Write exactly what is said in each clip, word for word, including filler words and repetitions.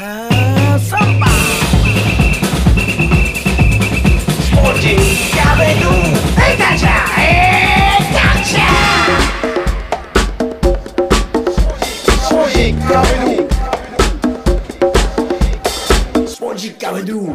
Ah, samba. Sporty Avenue. Hey, gotcha. Hey, gotcha. Sporty Avenue. Sporty Avenue.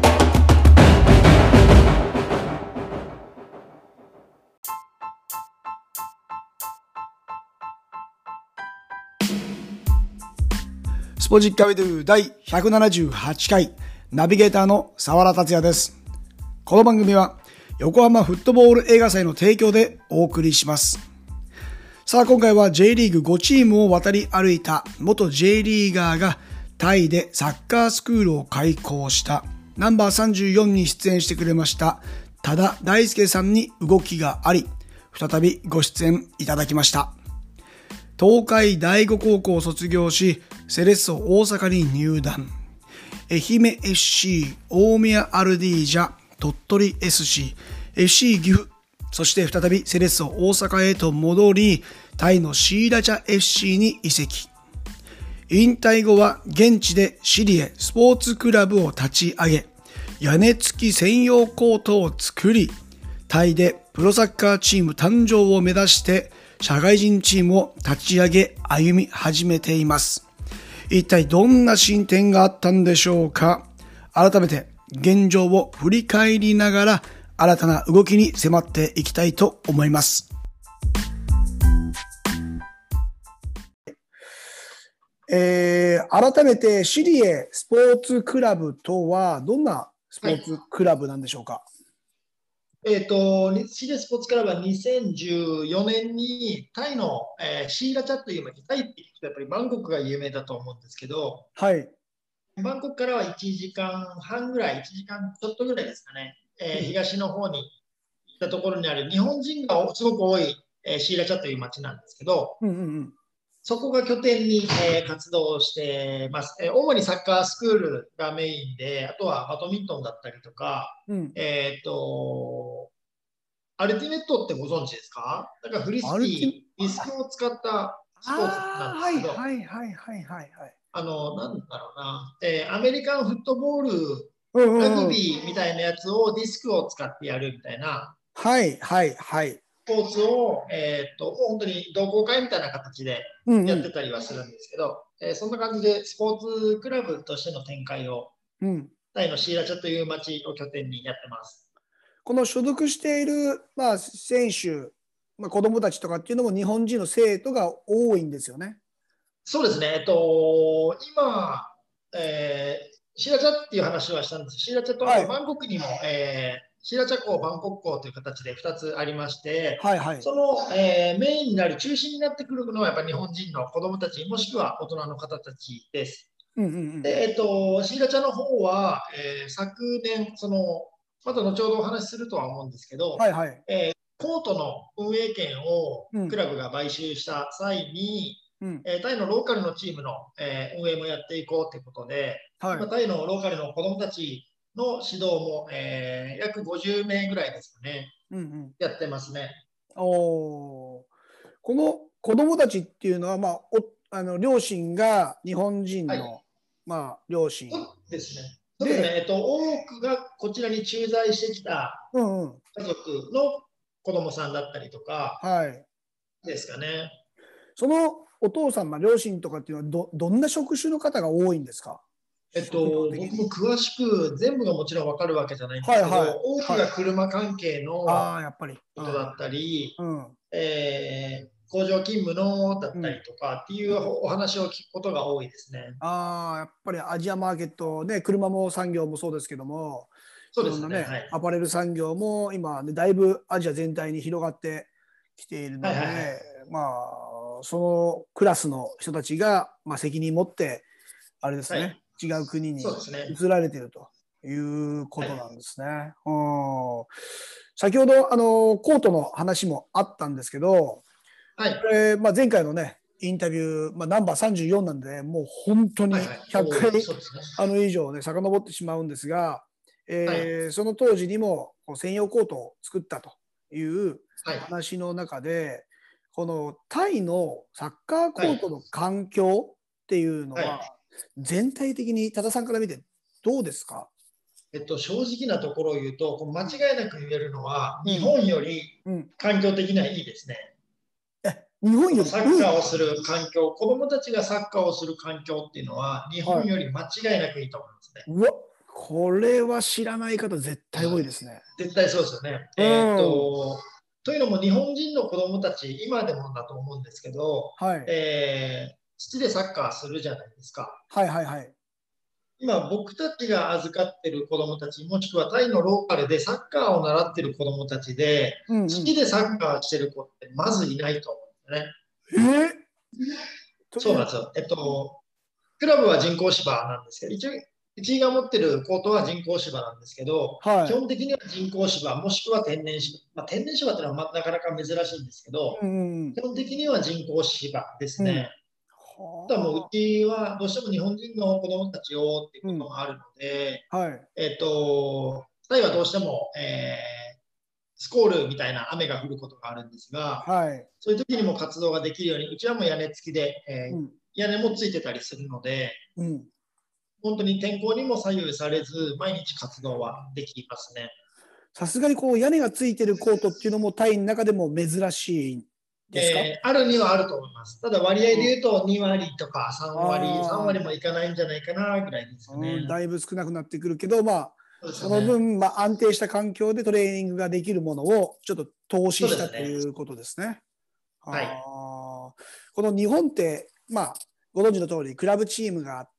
スポジックアウェドゥ第ひゃくななじゅうはちかいナビゲーターの沢田達也です。この番組は横浜フットボール映画祭の提供でお送りします。さあ今回は J リーグごチームを渡り歩いた元 J リーガーがタイでサッカースクールを開校したナンバーさんじゅうよんに出演してくれました多田大輔さんに動きがあり再びご出演いただきました。東海第五高校を卒業し、セレッソ大阪に入団。愛媛 エフシー、大宮アルディージャ、鳥取 エスシー、エフシー 岐阜、そして再びセレッソ大阪へと戻り、タイのシーラチャ エフシー に移籍。引退後は現地でシリエスポーツクラブを立ち上げ、屋根付き専用コートを作り、タイでプロサッカーチーム誕生を目指して、社会人チームを立ち上げ歩み始めています。一体どんな進展があったんでしょうか。改めて現状を振り返りながら新たな動きに迫っていきたいと思います。えー、改めてシリエスポーツクラブとはどんなスポーツクラブなんでしょうか。はいえっと、シリエスポーツクラブはにせんじゅうよねんにタイの、えー、シーラチャという街、タイって聞くとやっぱりバンコクが有名だと思うんですけど、 はい、 バンコクからはいちじかんはんぐらい、いちじかんちょっとぐらいですかね、えー、東の方に行ったところにある日本人がすごく多い、えー、シーラチャという街なんですけど、 うんうんうん、そこが拠点に、えー、活動してます、えー。主にサッカースクールがメインで、あとはバドミントンだったりとか、うん、えっと、アルティメットってご存知ですか？なんかフリスビー、ディスクを使ったスポーツなんですけど、 はいはいはいはいはい。 あの、なんだろうな、えー、アメリカンフットボール、ラグビーみたいなやつをディスクを使ってやるみたいな、 はいはいはい。 スポーツを、えー、っと、本当に同好会みたいな形でやってたりはするんですけど、うんうん、えー、そんな感じでスポーツクラブとしての展開を、うん、タイのシーラチャという街を拠点にやってます。 この所属している、まあ、選手、まあ、子どもたちとかっていうのも日本人の生徒が多いんですよね。 そうですね、えっと、今、えー、シーラチャっていう話はしたんです。シーラチャとあとバンコクにも、はい、えー、シーラチャ校、バンコク校という形でふたつありまして、はいはい、その、えー、メインになる、中心になってくるのはやっぱり日本人の子どもたち、もしくは大人の方たちです。うんうんうん、で、えっと、シーラチャの方は、えー、昨年、その、また後ほどお話しするとは思うんですけど、はいはい、えー、コートの運営権をクラブが買収した際に、うん、えー、タイのローカルのチームの、えー、運営もやっていこうということで、はい、今タイのローカルの子どもたちの指導も、えー、約ごじゅうめいぐらいですかね、うんうん、やってますね。 おこの子どもたちっていうのは、まあ、おあの両親が日本人の、はい、まあ、両親そうですね。そうですね、えっと、多くがこちらに駐在してきた家族の子供さんだったりとかですかね。はい、 そのお父さん、まあ、両親とかっていうのは ど, どんな職種の方が多いんですか？ えっと、僕も詳しく全部がもちろん分かるわけじゃないんですけど、はいはい、多くが車関係のことだったり、うん、えー工場勤務のだったりとかっていうお話を聞くことが多いですね。 ああ、やっぱりアジアマーケットね、車も産業もそうですけども、 そうですね、 いろんなね、 はい、 アパレル産業も今ね、だいぶアジア全体に広がってきているので、はいはいはい、まあそのクラスの人たちが、まあ、責任持ってあれですね、はい、違う国に移られているということなんですね。はい、うん、先ほどあのコートの話もあったんですけど、はい、これ、まあ、前回のねインタビュー、まあ、ナンバーさんじゅうよんなんでもう本当にひゃっかい、はいはい、あの以上ね遡ってしまうんですが、えーはい、その当時にも専用コートを作ったという話の中で、はい、このタイのサッカーコートの環境っていうのは、はい、 全体的に多田さんから見てどうですか？ えっと、正直なところを言うと、こう間違いなく言えるのは、日うん。 本よりうん。 環境的にはいいですね。 え、日本そのよりいい。 サッカーをする環境、子どもたちがサッカーをする環境っていうのは、日はい。 本より間違いなくいいと思いますね。 うわ、これは知らない方絶対多いですね。 絶対そうですよね。 うえーっん。 と、というのも日本人の子どもたち、今でもだと思うんですけど、 はい。 えー、土でサッカーするじゃないですか。 はいはいはい。 今、僕たちが預かってる子どもたち、もしくはタイのローカルでサッカーを習ってる子どもたちで、 うんうん。 土でサッカーしてる子ってまずいないと思うんですよね。 えー、という、 そうなんですよ。えっと、クラブは人工芝なんですけど、一応、うちが持ってるコートは人工芝なんですけど、基は本的には人工芝、もしくは天然芝。まあ、天然芝っていうのはまなかなか珍しいんですけい。 ど、 うんうん基本的には人工芝ですうん。うん。 ね。ただもううはあ。 ちはどうしても日本人の子供たちをっていううん。 こともあるので、 はい。 えっと、タイはどうしても、えー、スコールみたいな雨が降ることがあるんですが、 はい。 そういう時にも活動ができるように、うちはもう屋根付きで、えーうん。 屋根もついてたりするので、 うん。 本当に天候にも左右されず、毎日活動はできますね。 さすがにこう屋根がついてるコートっていうのもタイの中でも珍しいんですか？ えー、あるにはあると思います。ただ割合でうん。 言うとに割とかさん割、さんあ割もいかないんじゃないかなぐらいですあ、 かね。 うん、だいぶ少なくなってくるけど、まあ、 そうですそよね。 の分、まあ、安定した環境でトレーニングができるものをちょっと投資したとそうですね。 いうことですね。あはい。 この日本って、まあ、ご存知の通り、クラブチームがあって、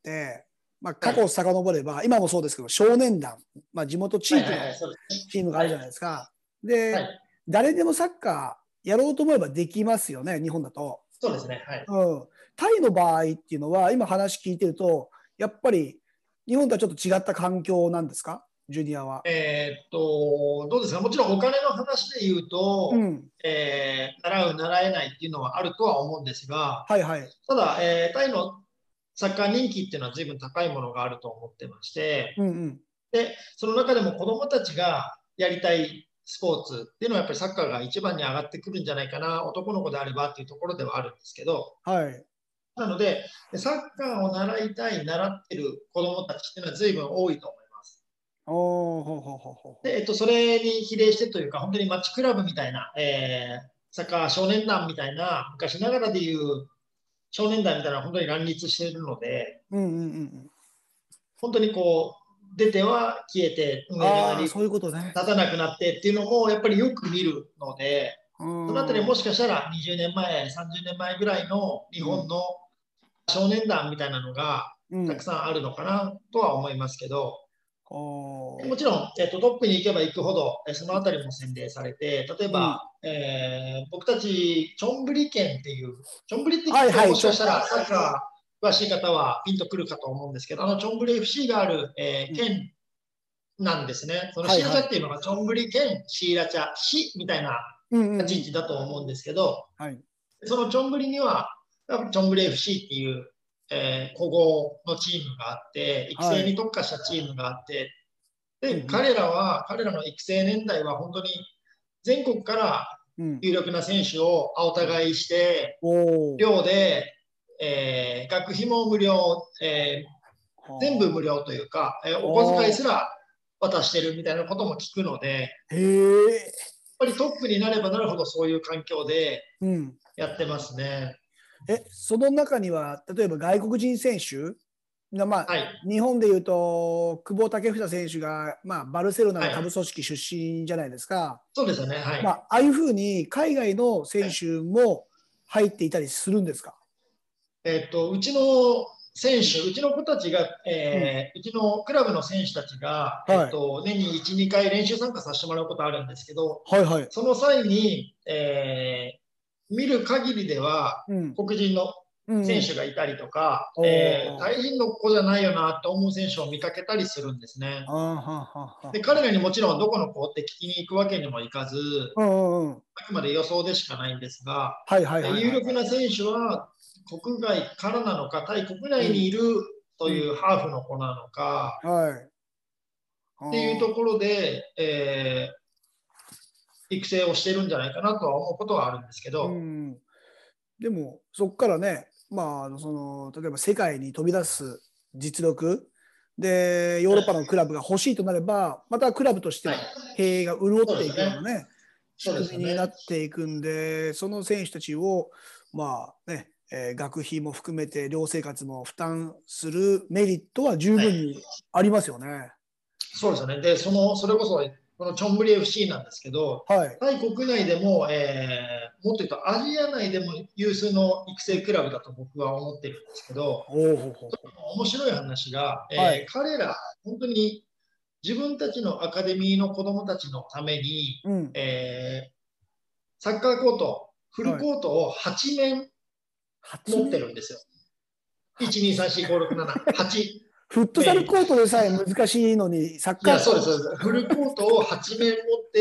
まあ、過去をはい。 遡れば、今もそうですけど、少年団、まあ、地元地域のはいはいはい。そうですね。 チームがあるじゃないはい。 ですか。で、 はい。 誰でもサッカーやろうと思えばできますよね、日本だと。 そうですね。はい。 うん。タイの場合っていうのは、今話聞いてると、やっぱり日本とはちょっと違った環境なんですか、ジュニアは。 えーっと、どうですか、もちろんお金の話で言うと、 うん。 えー習う、習えないっていうのはあるとは思うんですが、 はいはい。 ただ、えータイのサッカー人気っていうのは随分高いものがあると思ってまして、 うんうん。 で、その中でも子どもたちがやりたいスポーツっていうのはやっぱりサッカーが一番に上がってくるんじゃないかな、男の子であればっていうところではあるんですけど、 はい。 なので、サッカーを習いたい、習ってる子どもたちっていうのは随分多いと思います。 おー、ほうほうほうほうほで、えっと、それに比例してというか、本当にマッチクラブみたいな、えー、サッカー少年団みたいな、昔ながらでいう少年団みたいな、本当に乱立しているので、 う。うんうんうんうん。 本当にこう、出ては消えて、運営側ああ、 にそういうことね。 立たなくなってっていうのも、やっぱりよく見るので、 うそのあたりもん。 しかしたらにじゅうねんまえ、さんじゅうねんまえぐらいの日うん。 本の少年団みたいなのがうん。 たくさんあるのかなとは思いますけど、もおー。 ちろん、えっと、トップに行けば行くほど、えそのあたりも洗礼されて、例えば、 うん。 えー僕たち、チョンブリ県っていう、チョンブリって聞くと、 はいはい、ちょ、 もしかしたらサッカー詳しい方はピンとくるかと思うんですけど、あのチョンブリ エフシー がある、えーうん。 県なんですね。そのシーラチはいはい。 ャっていうのが、チョンブリ県シーラチャ市みたいなうんうんうん。 立ち位置だと思うんですけど、 はい。 そのチョンブリには、チョンブリ エフシー っていう、えー、古豪のチームがあって、育成にはい。 特化したチームがあって、で、 うんうん。 彼らは、彼らの育成年代は本当に全国からうん。 有力な選手を青うん。 互いして、 おー。 寮で、えー学費も無料、えー全部無は料というか、えーあ。 お小遣いはあ。 すら渡してるみたいなことも聞くので、やっへえ。 ぱりトップになればなるほどそういう環境でうん。 やってますね。 え、その中には、例えば外国人選手が、まあ、 はい。 日本でいうと、久保建英選手が、まあ、バルセロナはい。 の下部組織出身じゃないですか。 そうですよね。はい。 まあ、ああいうふうに海外の選手も入っていたりするんですか？ えっと、うちの選うん。 手、うちの子たちが、 うん。 えーうちのクラブの選手たちが、えはい。 っと、年にいち、にかい練習参加させてもらうことあるんですけど、 はいはい。 その際に、えー見る限りでは、 うん。 黒人のうんうん。 選手がいたりとか、えー、タおー。 イ人の子じゃないよなと思う選手を見かけたりするんですね。 あーはははで、彼は。 らにもちろんどこの子って聞きに行くわけにもいかず、 うんうんうん。 あくまで予想でしかないんですが、 はいはいはい有はいはい。 力な選手は国外からなのか、タイ国うん。 内にいるとうん。 いうハーフの子なのかはい。あっていうとこー。 ろで、えー育成をしてるんじゃないかなとは思うことはあるんですけうど、 ん。でも、そこからね、 まあ、その例えば世界に飛び出す実力でヨーロッパのクラブが欲しいとなれば、またクラブとしては経営が潤っていくようなね、仕組みになっていくんで、その選手たちをまあね、えー、学費も含めて寮生活も負担するメリットは十分にありますよね。はい、 そうですよね。で、そのそれこそこのチョンブリ エフシー なんですけど、 はい、 タイ国内でも、えー、もっと言うとアジア内でも有数の育成クラブだと僕は思ってるんですけど、 おうほうほう面白い話が、えーはい、 彼ら、本当に自分たちのアカデミーの子どもたちのために、 うん、 えー、サッカーコート、フルはい、 コートをはち面持ってはちねん、 るんですよ。いち、に、さん、よん、ご、ろく、なな、はちフットサル面。 コートでさえ難しいのに、サッいや、 カーコーそうです、そうです。フルコートをはち面持って、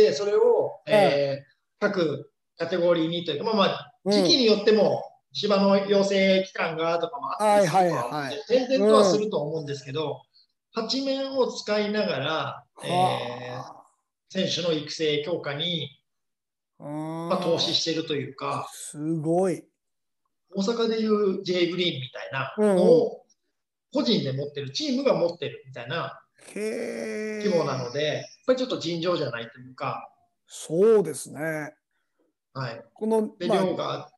それを、 ト、はい、 えー、各カテゴリーにというか、まあまあ、 うん、 時期によっても芝の養成期間がとかもあったりはいはいするとは思うんで、 はい。 転々とはうん。 すると思うんですけど、はち面を使いながら、えはー、選手の育成強化に、 あ。 まあ、投うん。 資しているというか、 すごい。 大阪でいう J グリーンみたいなうんうん。 のを個人で持ってる、チームが持ってるみたいなへ規模なのえ。 で、やっぱりちょっと尋常じゃないというか、 そうですね。 はい。 この、 で、 まあ、 寮があって、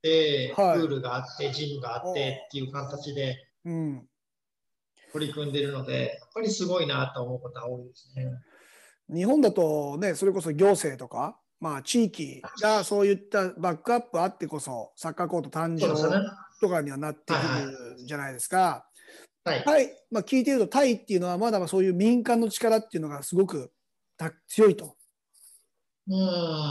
プはい。 ールがあって、ジムがあっおてっていう形でうん。 取り組んでいるので、やっぱりすごいなと思うことが多いですね。 日本だとね、それこそ行政とか、まあ、地域がそういったバックアップあってこそ、サッカーコート誕そうですよね。 生とかにはなってくはいはい。 るじゃないですか。 はい。 タイ、まあ、聞いてるとタイっていうのはまだまだそういう民間の力っていうのがすごく強いとうん。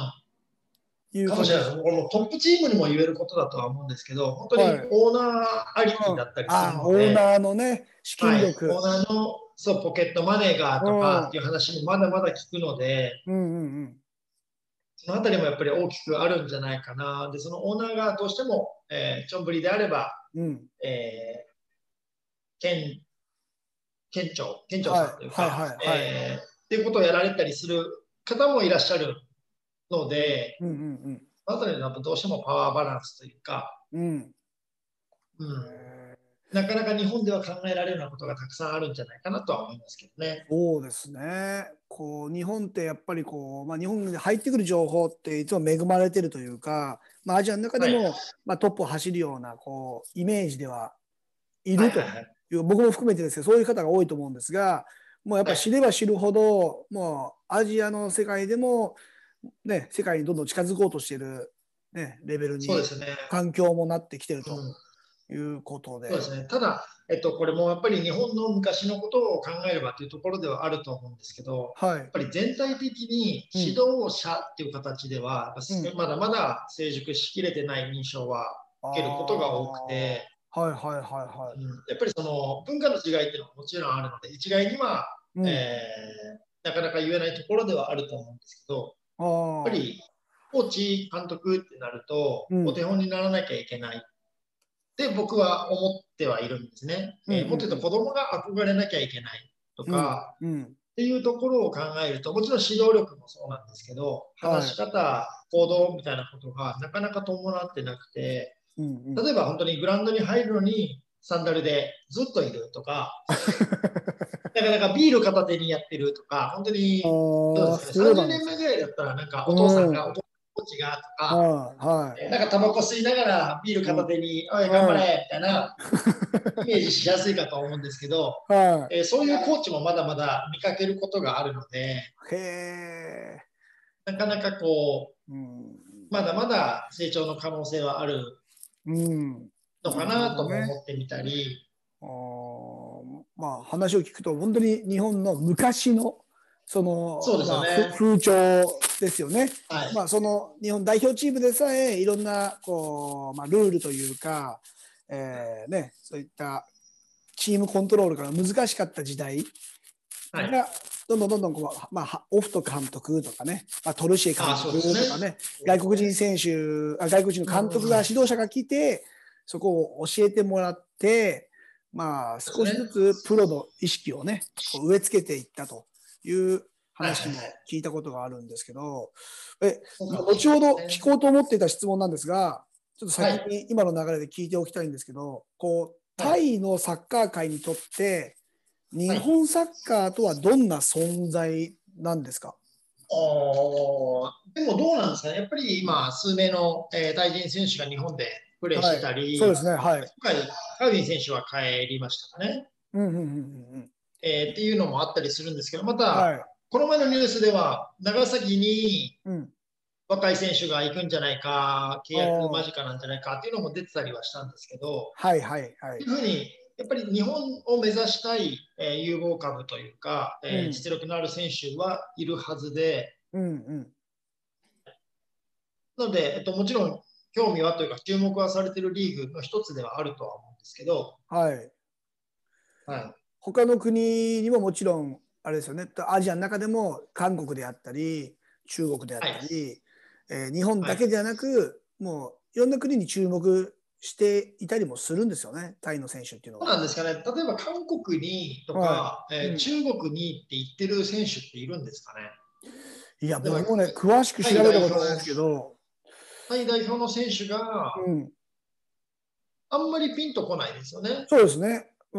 いう感じです。 かもしれないです。これもトップチームにも言えることだとは思うんですけど、本当にはい。 オーナーありきうん、 だったりするああ、オーので、 ナーのね、資金はい、オー力。 ナーのそうポケットマネーがうん、 とかっていう話もまだまだ聞くので、 うん、うん、うん。 そのあたりもやっぱり大きくあるんじゃないかな。で、そのオーナーがどうしても、えー、ちょんぶりであれば、 うん。 えー、県、県庁、県庁はい、 さんというはい、 か、 はい、はい。 えー、っていうことをやられたりする方もいらっしゃるので、 うん、うん、 そのあたりのどうしてもパワーバランスというか、 うん。うん。 うん、 えーなかなか日本では考えられるようなことがたくさんあるんじゃないかなとは思いますけどね。 そうですね。こう、日本ってやっぱりこう、まあ、日本に入ってくる情報っていつも恵まれてるというか、まあ、アジアの中ではい。 も、まあ、トップを走るような、こう、イメージではいはいるとはいはい。 いう、僕も含めてですけど、そういう方が多いと思うんですが、もうやっぱはい。 り知れば知るほど、もうアジアの世界でも、ね、世界にどんどん近づこうとしている、ね、レベルに、 そうですね。 環境もなってきてるとうん。 いうことで、 そうですね。ただ、えっと、これもやっぱり日本の昔のことを考えればというところではあると思うんですけど、 はい。 やっぱり全体的にうん。 指導者っていう形では、 うん。 まだまだ成熟しきれてない印象はあ受けることがあ、 多くて、 はいはいはいはうん、やっぱりその文化の違いっていうのはもちろんあるので、一概には、 い。うん。 えー、なかなか言えないところではあると思うんですけど、やっぱああ、 りコーチ、監督ってなると、 うん。 お手本にならなきゃいけないって僕は思ってはいるんですね。 うんうえーもっと言うとん子供が憧れなきゃいけないとうん。 か、 うん。うん。 っていうところを考えると、もちろん指導力もそうなんですけど、話しはい。 方、行動みたいなことがなかなか伴ってなくて、 うんうん。 例えば本当にグラウンドに入るのにサンダルでずっといるとか、なかなかビール片手にやってるとか、本当に、どうでああ、 すかね、 そう 30 なんですか。 年前ぐらいだったら、なんかお父さんうん。 が、お父コーチがとか、 はい、はい。 なんかタバコ吸いながらビールうん。 片手に、おい、頑張うん。 れみたいなイメージしやすいかと思うんですけど、 はえーそういうコーチもまだまだ見かけることがあるので、 い。へえ。 なかなかこうん。 う、まだまだ成長の可能性はあるうん。 のかなるほなともどね。 思ってみたり、 あーまあ、話を聞くと、本当に日本の昔の、その、 そうですまあ、ふよね。 風潮ですよね。 はい。 まあ、その日本代表チームでさえ、いろんな、こう、まあ、ルールというか、えーね、そういったチームコントロールが難しかった時代はい。 が、どんどんどんどんこう、まあ、オフと監督とかね、まあ、トルシエああ、 監そうですね。 督とかね、 そうで外国人すね。 選手、あ外国人の監督が、 うん。 指導者が来て、そこを教えてもらって、まあ、少しずそうですね。 つプロの意識をね、こう植え付けていったというはいはいはい。 話も聞いたことがあるんですけど、え、 そうかもしれ後ほどないですね。 聞こうと思っていた質問なんですが、 ちょっとはい。 先に今の流れで聞いておきたいんですけど、こう、タはい。 イのサッカー界にとって、日はい。 本サッカーとはどんな存在なんですか？ おーでもどうなんですかね。やっぱり今、数名の、えー、タイ人選手が日本でプレーしてはい。 たり、 そうですね。はい。 今回、カウディ選手は帰りましたかね。 うん、うん、うん、うんうん。 えーっていうのもあったりするんですけど、また、 はい。 この前のニュースでは、長崎にうん。 若い選手が行くんじゃないか、契あ約間あ、 近なんじゃないかっていうのも出てたりはしたんですけど、 はい、はい、はい。 いうふうに、やっぱり日本を目指したい、えー有望株というか、えーうん、 実力のある選手はいるはずで、 うん、うん。 なので、えっと、もちろん興味はというか注目はされているリーグの一つではあるとは思うんですけど、 はい。 はい、 他の国にももちろん、あれですよね。アジアの中でも韓国であったり、中国であっはい、 たり、えー日本はい。 だけではなく、もういろんな国に注目していたりもするんですよね。タイの選手っていうのそうは。 なんですかね。例えば韓国にとはい。 か、えーうん。 中国にって言ってる選手っているんですかね。 いや、 例えば、 僕もね、詳しくタイ代表、 調べたことないですけど、 タイ代表の選手がうん。 あんまりピンとこないですよね。 そうですね。うん。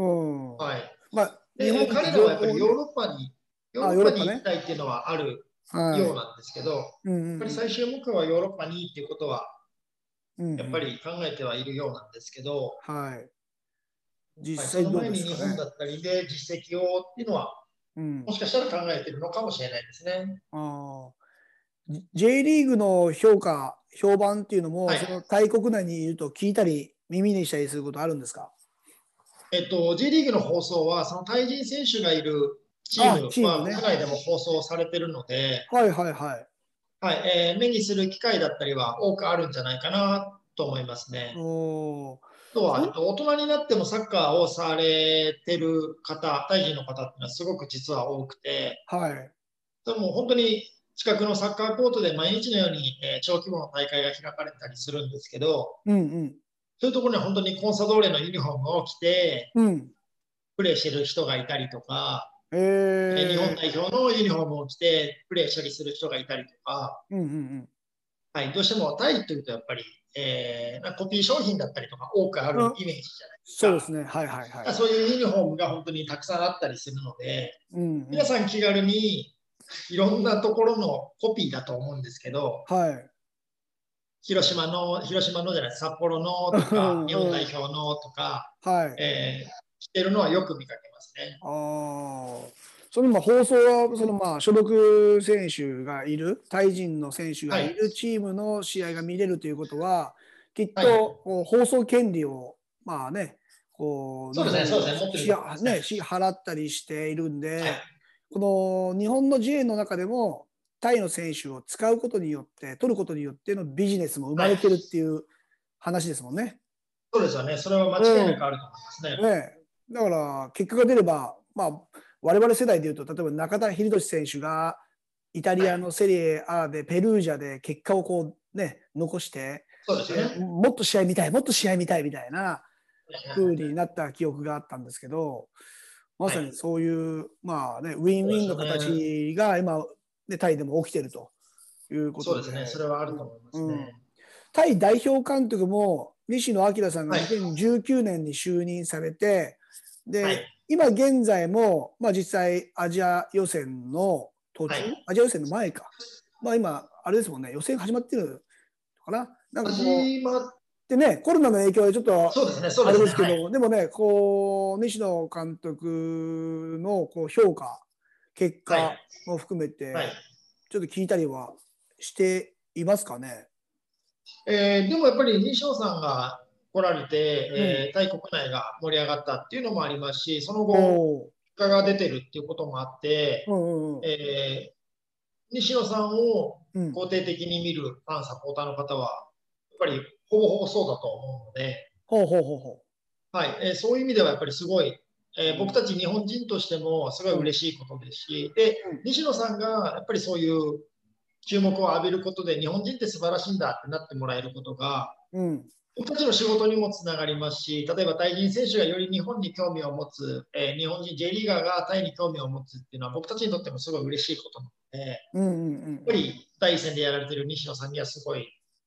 はい。 まあ、日本で、 に彼らはやっぱりヨー情報をね、 ロッパに、ヨーあ、 ロッパに行きヨーロッパね。 たいっていうのはあるはい。 ようなんですけど、やっうんうんぱり最終目標はヨーロッパにっていうことは、 うん。うんやっうん。 ぱり考えてはいるようなんですけど、 はい。 はい、 実際どうその前にですかね。 日本だったりで実績をっていうのは、 うん。 もしかしたら考えてるのかもしれないですね。 ああ。J リーグの評価、評判っていうのも、 はい。 そのタイ国内にいると聞いたり、耳にしたりすることあるんですか？ えっと、J リーグの放送は、その対人選手がいるチーあ、 ムチームね。 は国内でも放送されてるので、 はいはいはい。 はい、えー目にする機会だったりは多くあるんじゃないかなと思いますね。 おー、 あとは、えっそと、大人になってもサッカーをされてる方、タイ人の方っていうのはすごく実は多くて、 はい。 でも本当に近くのサッカーコートで毎日のように、えー長規模の大会が開かれたりするんですけど、 うんうん。 そういうところには本当にコンサドーレのユニフォームを着てうん。 プレーしてる人がいたりとか、 ええー日本ー、 代表のユニフォームを着てプレーしたりする人がいたりとか、 うんうんうん。 はい、どうしてもタイというとやっぱり、えーコピー商品だったりとか多くあるあ、 イメージじゃないですか。 そうですね。はいはいはい。 そういうユニフォームが本当にたくさんあったりするので、 うんうん。 皆さん気軽にいろんなところのコピーだと思うんですけど、 はい。 広島の、広島のじゃない、札幌のうとか、日本代んうん。 表のとか、 はい。 えー、してるのはよく見かけますね。 ああ。そのまあ放送は、そのまあ所属選手がいる、タイ人の選手がはい。 いるチームの試合が見れるということは、きっはい。 とこう放送権利を、まあね、こう日そうですね、そうですね、 本がし持ってるしね、 と思いますね。 し払ったりしているんはい。 で、この日本の J の中でも、タイの選手を使うことによって、取ることによってのビジネスも生まはい。 れてるっていう話ですもんね。 そうですよね。それは間違いなくうん。 あると思いますね。 ね、だから結果が出れば、まあ、我々世代でいうと、例えば中田英寿選手がイタリアはい。 のセリエ A でペルージャで結果をこう、ね、残して、でそうですよね。 もっと試合見たい、もっと試合見たいみたいな風になった記憶があったんですけど、まはい。 さにそういう、まあね、ウィンウィンのそうですよね。 形が今、ね、タイでも起きてるということで、 そうですね。それはあると思いまうんうん、 すね。 タイ代表監督も西野昭さんがはい。 にせんじゅうきゅうねんに就任されて、 はい。 で、今現在も、まあ実際アジア予選の途中、 はい。 アジア予選の前か。まあ今、あれですもんね、予選始まってるのかな。なんかこう、 始まっ、 でね、コロナの影響でちょっと、 そうですね、そうあれですね。はい。 ですけど、でもね、こう、西野監督のこう評価、結はい。 果も含めはい。 て、ちょっと聞いたりはしていますかね。 えーでもやっぱり西野さんが来られうん。 て、えータイ国内が盛り上がったっていうのもありますし、そのお後、 お。 結果が出てるっていうこともあって、 うんうんうん。 えー西野さんをうん。 肯定的に見るファン、サポーターの方は、やっぱりほぼほぼそうだと思うので、 ほうほうほうほはい、えーそういう意味ではやっぱりすごい、えー僕う。 たち日本人としてもすごいうん。うん。 嬉しいことですし、で、西野さんがやっぱりそういう注目を浴びることで、日本人って素晴らしいんだってなってもらえることが、 うん。 僕たちの仕事にもつながりますし、例えばタイ人選手がより日本に興味を持つ、えー日本人 J リーガーがタイに興味を持つっていうのは僕たちにとってもすごい嬉しいことなので、やっうんうんうんうん。 ぱり第一線でやられている西野さんにはすごい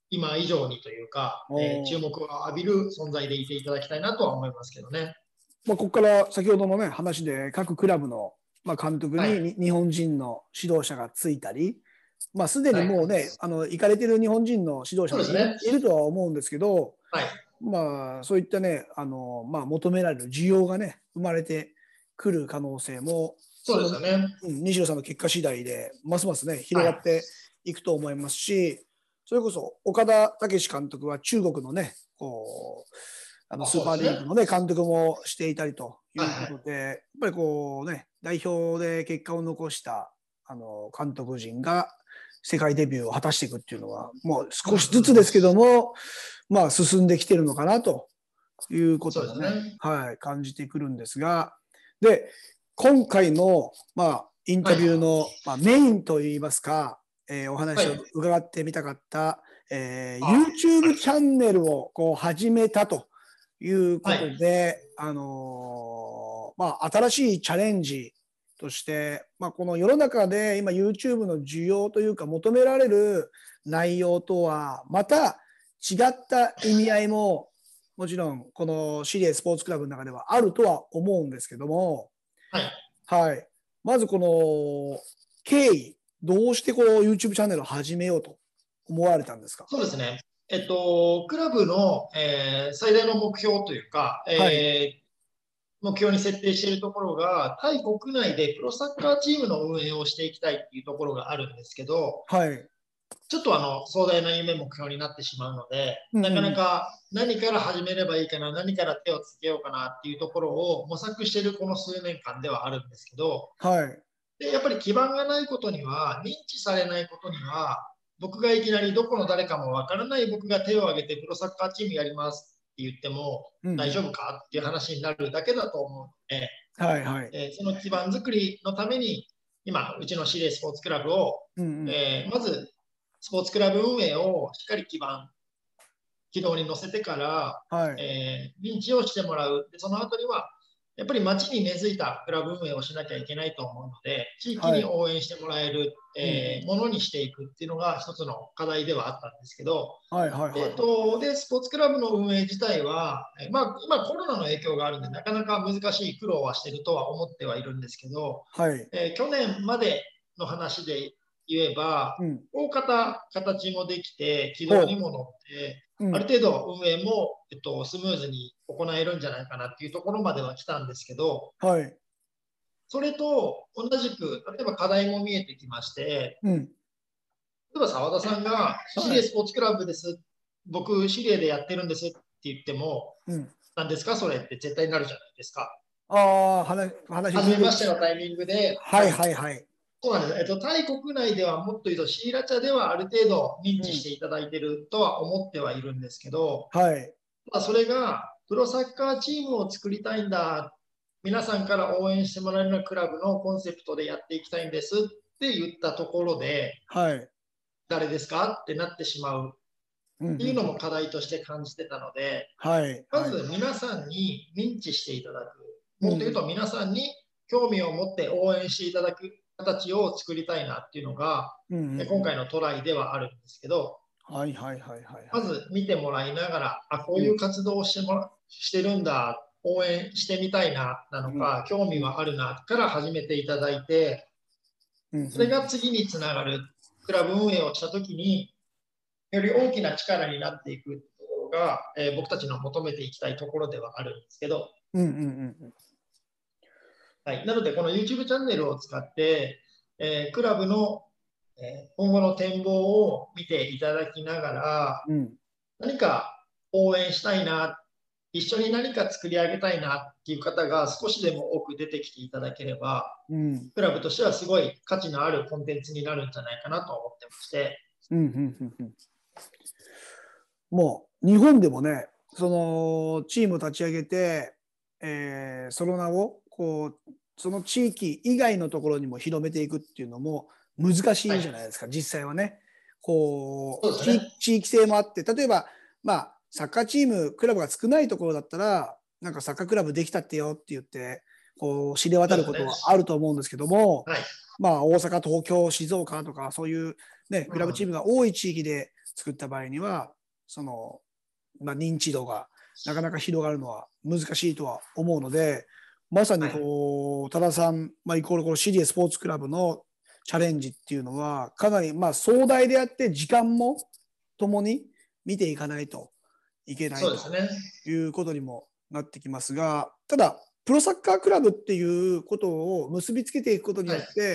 今以上にというか、えー、注目を浴びる存在でいていただきたいなとは思いますけどね。 まあ、ここから先ほどの、ね、話で各クラブの、まあ、監督に、はい、日本人の指導者がついたり、まあ、すでにもうね、はい、あの行かれている日本人の指導者もいる、ね、いるとは思うんですけど、 はい、 まあ、そういったね、あのまあ、求められる需要がね、生まれてくる可能性も、 そうですよね。 うん、西野さんの結果次第で、ますますね、広がっていくと思いますし、はい、それこそ岡田武史監督は中国のね、こう、あのスーパーリーグの、ね、監督もしていたりということで、はいはい、やっぱりこうね、代表で結果を残したあの監督陣が世界デビューを果たしていくっていうのは、もう少しずつですけども、まあ進んできてるのかなということもね、ね、はい、感じてくるんですが、で、今回の、まあ、インタビューの、はい、まあ、メインといいますか、えー、お話を伺ってみたかった、はい、えー、YouTube チャンネルをこう始めたということで、はい、あのー、まあ、新しいチャレンジとして、まあ、この世の中で今 YouTube の需要というか求められる内容とはまた違った意味合いももちろんこのシリエスポーツクラブの中ではあるとは思うんですけども、 はいはい、まずこの経緯、どうしてこの YouTube チャンネルを始めようと思われたんですか？ そうですね。えっと、クラブの、えー、最大の目標というか、えーはい、目標に設定しているところが、タイ国内でプロサッカーチームの運営をしていきたいっていうところがあるんですけど、 はい、 ちょっとあの壮大な夢目標になってしまうので、うんうん、なかなか何から始めればいいかな、何から手をつけようかなっていうところを模索しているこの数年間ではあるんですけど、 はい、 でやっぱり基盤がないことには、認知されないことには、僕がいきなりどこの誰かもわからない僕が手を挙げてプロサッカーチームやりますって言っても大丈夫かっていう話になるだけだと思うので、 はいはい、 えー、その基盤作りのために今うちのシリエスポーツクラブを、うんうん、えー、まずスポーツクラブ運営をしっかり基盤軌道に乗せてから、はい、えー、認知をしてもらう。でその後にはやっぱり街に根付いたクラブ運営をしなきゃいけないと思うので、地域に応援してもらえる、はい、えー、ものにしていくっていうのが一つの課題ではあったんですけど、はいはいはいはい、えーと、でスポーツクラブの運営自体は、えーまあ、今コロナの影響があるんでなかなか難しい苦労はしてるとは思ってはいるんですけど、はい、えー、去年までの話で言えば、うん、大方形もできて軌道にも乗って、うん、ある程度運営も、えっと、スムーズに行えるんじゃないかなっていうところまでは来たんですけど、はい、それと同じく例えば課題も見えてきまして、うん、例えば澤田さんがシリエスポーツクラブです、はい、僕シリエでやってるんですって言っても、うん、何ですかそれって絶対になるじゃないですか。 ああ、話、話初めましてのタイミングで、 はいはいはい。 そうなんです。えっと、タイ国内ではもっと言うと、シーラチャではある程度認知していただいているとは思ってはいるんですけど、うん、はい。まあ、それが、プロサッカーチームを作りたいんだ、皆さんから応援してもらえるようなクラブのコンセプトでやっていきたいんですって言ったところで、はい。誰ですかってなってしまうっていうのも課題として感じてたので、はい。まず皆さんに認知していただく。もっと言うと皆さんに興味を持って応援していただく形を作りたいなっていうのが、うんうん、今回のトライではあるんですけど、 はいはいはいはい、 まず見てもらいながら、あ、こういう活動をしてもら、してるんだ、応援してみたいな、なのか、うん、興味はあるな、から始めていただいて、それが次につながる、クラブ運営をしたときに、より大きな力になっていくところが、えー、僕たちの求めていきたいところではあるんですけど、うんうんうんはい、なので、この YouTube チャンネルを使って、えー、クラブの、えー、今後の展望を見ていただきながら、うん、何か応援したいな、一緒に何か作り上げたいなっていう方が少しでも多く出てきていただければ、うん、クラブとしてはすごい価値のあるコンテンツになるんじゃないかなと思ってまして。うんうんうんうん、 もう日本でもね、そのチームを立ち上げて、えー、その名をこうその地域以外のところにも広めていくっていうのも難しいじゃないですか、はい、実際はね。こう、ね、地域性もあって、例えばまあサッカーチームクラブが少ないところだったらなんかサッカークラブできたってよって言ってこう知れ渡ることはあると思うんですけども、 はい、 まあ大阪、東京、静岡とかそういうねクラブチームが多い地域で作った場合には、そのまあ認知度がなかなか広がるのは難しいとは思うので、まさにこう、はい、多田さん、まあ、イコールこのシリエスポーツクラブのチャレンジっていうのはかなりまあ壮大であって時間もともに見ていかないといけないということにもなってきますが、ただプロサッカークラブっていうことを結びつけていくことによって、はい、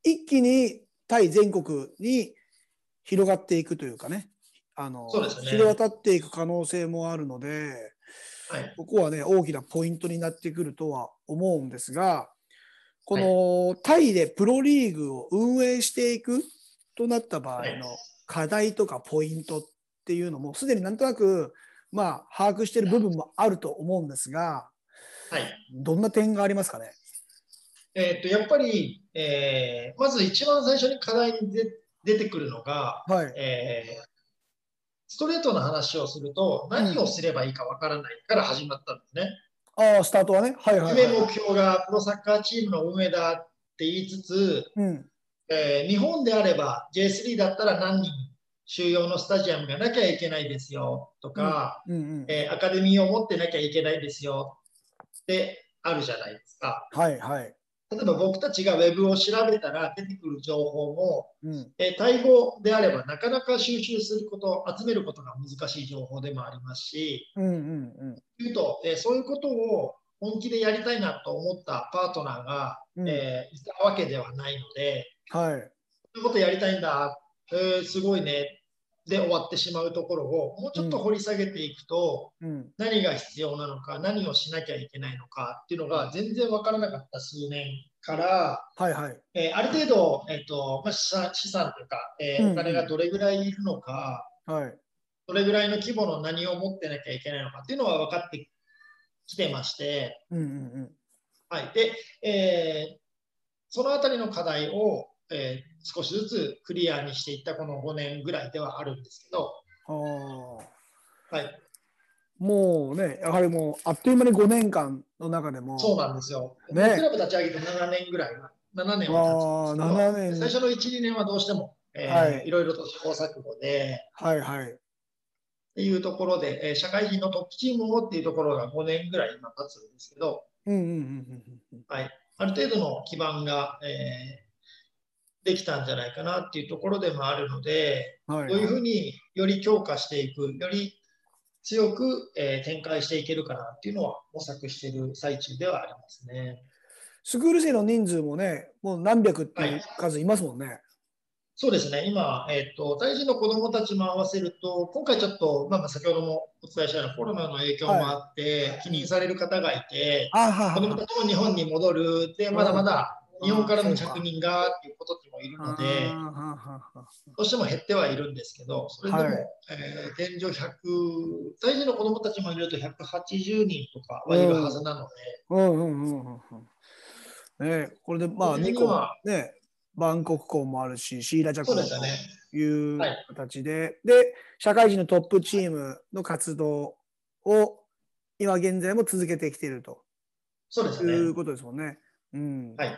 一気に対全国に広がっていくというかね、あのそうですね、 広渡っていく可能性もあるので、はい、ここはね大きなポイントになってくるとは思うんですが、この、はい、タイでプロリーグを運営していくとなった場合の課題とかポイントっていうのもすでになんとなくまあ把握している部分もあると思うんですが、はい、どんな点がありますかね。 えー、とやっぱり、えー、まず一番最初に課題にで出てくるのが、はい、えー、ストレートな話をすると何をすればいいかわからないから始まったんですね。 うん、ああ、スタートはね。はいはいはい、 夢目標がプロサッカーチームの運営だって言いつつ、うん、えー、日本であれば ジェイスリー だったら何人収容のスタジアムがなきゃいけないですよとか、うんうんうん、えー、アカデミーを持ってなきゃいけないですよってあるじゃないですか。 はいはい。 例えば僕たちがウェブを調べたら出てくる情報も、うん、えー、タイ語であればなかなか収集すること、集めることが難しい情報でもありますし、うんうんうん、いうと、えー、そういうことを本気でやりたいなと思ったパートナーが、うん、えー、いたわけではないので、はい、そういうことやりたいんだ、えー、すごいねで終わってしまうところをもうちょっと掘り下げていくと、うん、何が必要なのか、何をしなきゃいけないのかっていうのが全然分からなかった数年から、はいはい、えー、ある程度、えーとまあ、資産というか、えーうんうん、お金がどれぐらいいるのか、はい、どれぐらいの規模の何を持ってなきゃいけないのかっていうのは分かってきてまして、うんうんうんはいでえー、そのあたりの課題を、えー、少しずつクリアにしていったこのごねんぐらいではあるんですけど、 はい、もうね、やはりもうあっという間にごねんかんの中でもそうなんですよ、ね、クラブ立ち上げてななねんぐらい、ななねんは経つんですけど、ななねん最初のいち、にねんはどうしても、えーはい、いろいろと試行錯誤で、はいはい、っていうところで、えー、社会人のトップチームをっていうところがごねんぐらい今経つんですけど、はい、ある程度の基盤が、えー、できたんじゃないかなっていうところでもあるので、はいはい、どういうふうにより強化していく、より強く、えー、展開していけるかなっていうのは模索している最中ではありますね。 スクール生の人数もね、もう何百っていう数いますもんね。はい、 そうですね、今、えーと、タイ人の子どもたちも合わせると、今回ちょっと、まあ、先ほどもお伝えしたようなコロナの影響もあって、はい、気にされる方がいて、子どもたちも日本に戻る、でまだまだ日本からの着任がっていうことにもいるので、どうしても減ってはいるんですけど、それでも、はい、えー、現状ひゃく、タイ人の子どもたちも入れるとひゃくはちじゅうにんとかはいるはずなので。うんうんうんうんね、これでまあにこね、バンコク校もあるし、シーラジャ校という形で、で、ねはい、で、社会人のトップチームの活動を今現在も続けてきていると、 そうですね、 いうことですもんね。うん、はい。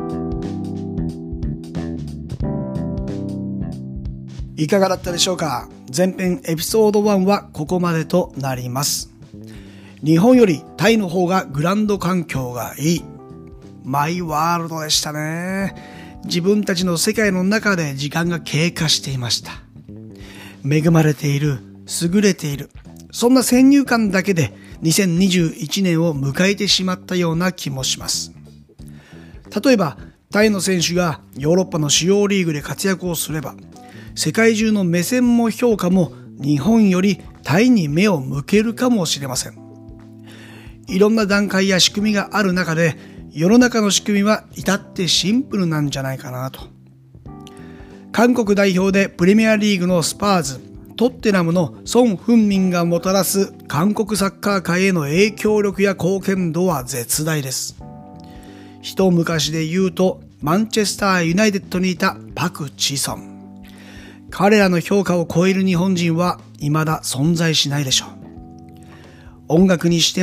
いかがだったでしょうか。前編エピソードワンはここまでとなります。日本よりタイの方がグラウンド環境がいい。マイワールドでしたね。自分たちの世界の中で時間が経過していました。恵まれている、優れている、そんな先入観だけでにせんにじゅういちねんを迎えてしまったような気もします。例えば、タイの選手がヨーロッパの主要リーグで活躍をすれば、世界中の目線も評価も日本よりタイに目を向けるかもしれません。いろんな段階や仕組みがある中で、世の中の仕組みは至ってシンプルなんじゃないかなと。韓国代表でプレミアリーグのスパーズ、トッテナムのソン・フンミンがもたらす韓国サッカー界への影響力や貢献度は絶大です。一昔で言うとマンチェスターユナイテッドにいたパク・チソン。彼らの評価を超える日本人は未だ存在しないでしょう。音楽にしてもフ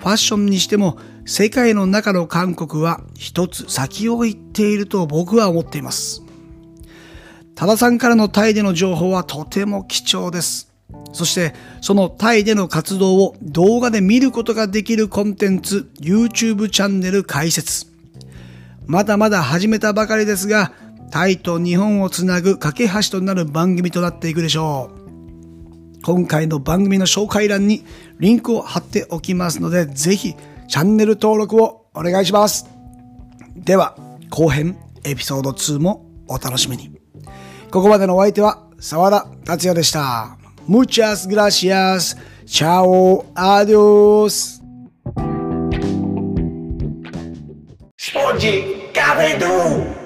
ファッションにしても世界の中の韓国は一つ先を行っていると僕は思っています。多田さんからのタイでの情報はとても貴重です。そしてそのタイでの活動を動画で見ることができるコンテンツ YouTube チャンネル開設。まだまだ始めたばかりですが、タイと日本をつなぐ架け橋となる番組となっていくでしょう。今回の番組の紹介欄にリンクを貼っておきますので、ぜひチャンネル登録をお願いします。では後編エピソードツーもお楽しみに。ここまでのお相手は澤田達也でした。Muchas gracias. Chao. Adios. Explode Cavedu!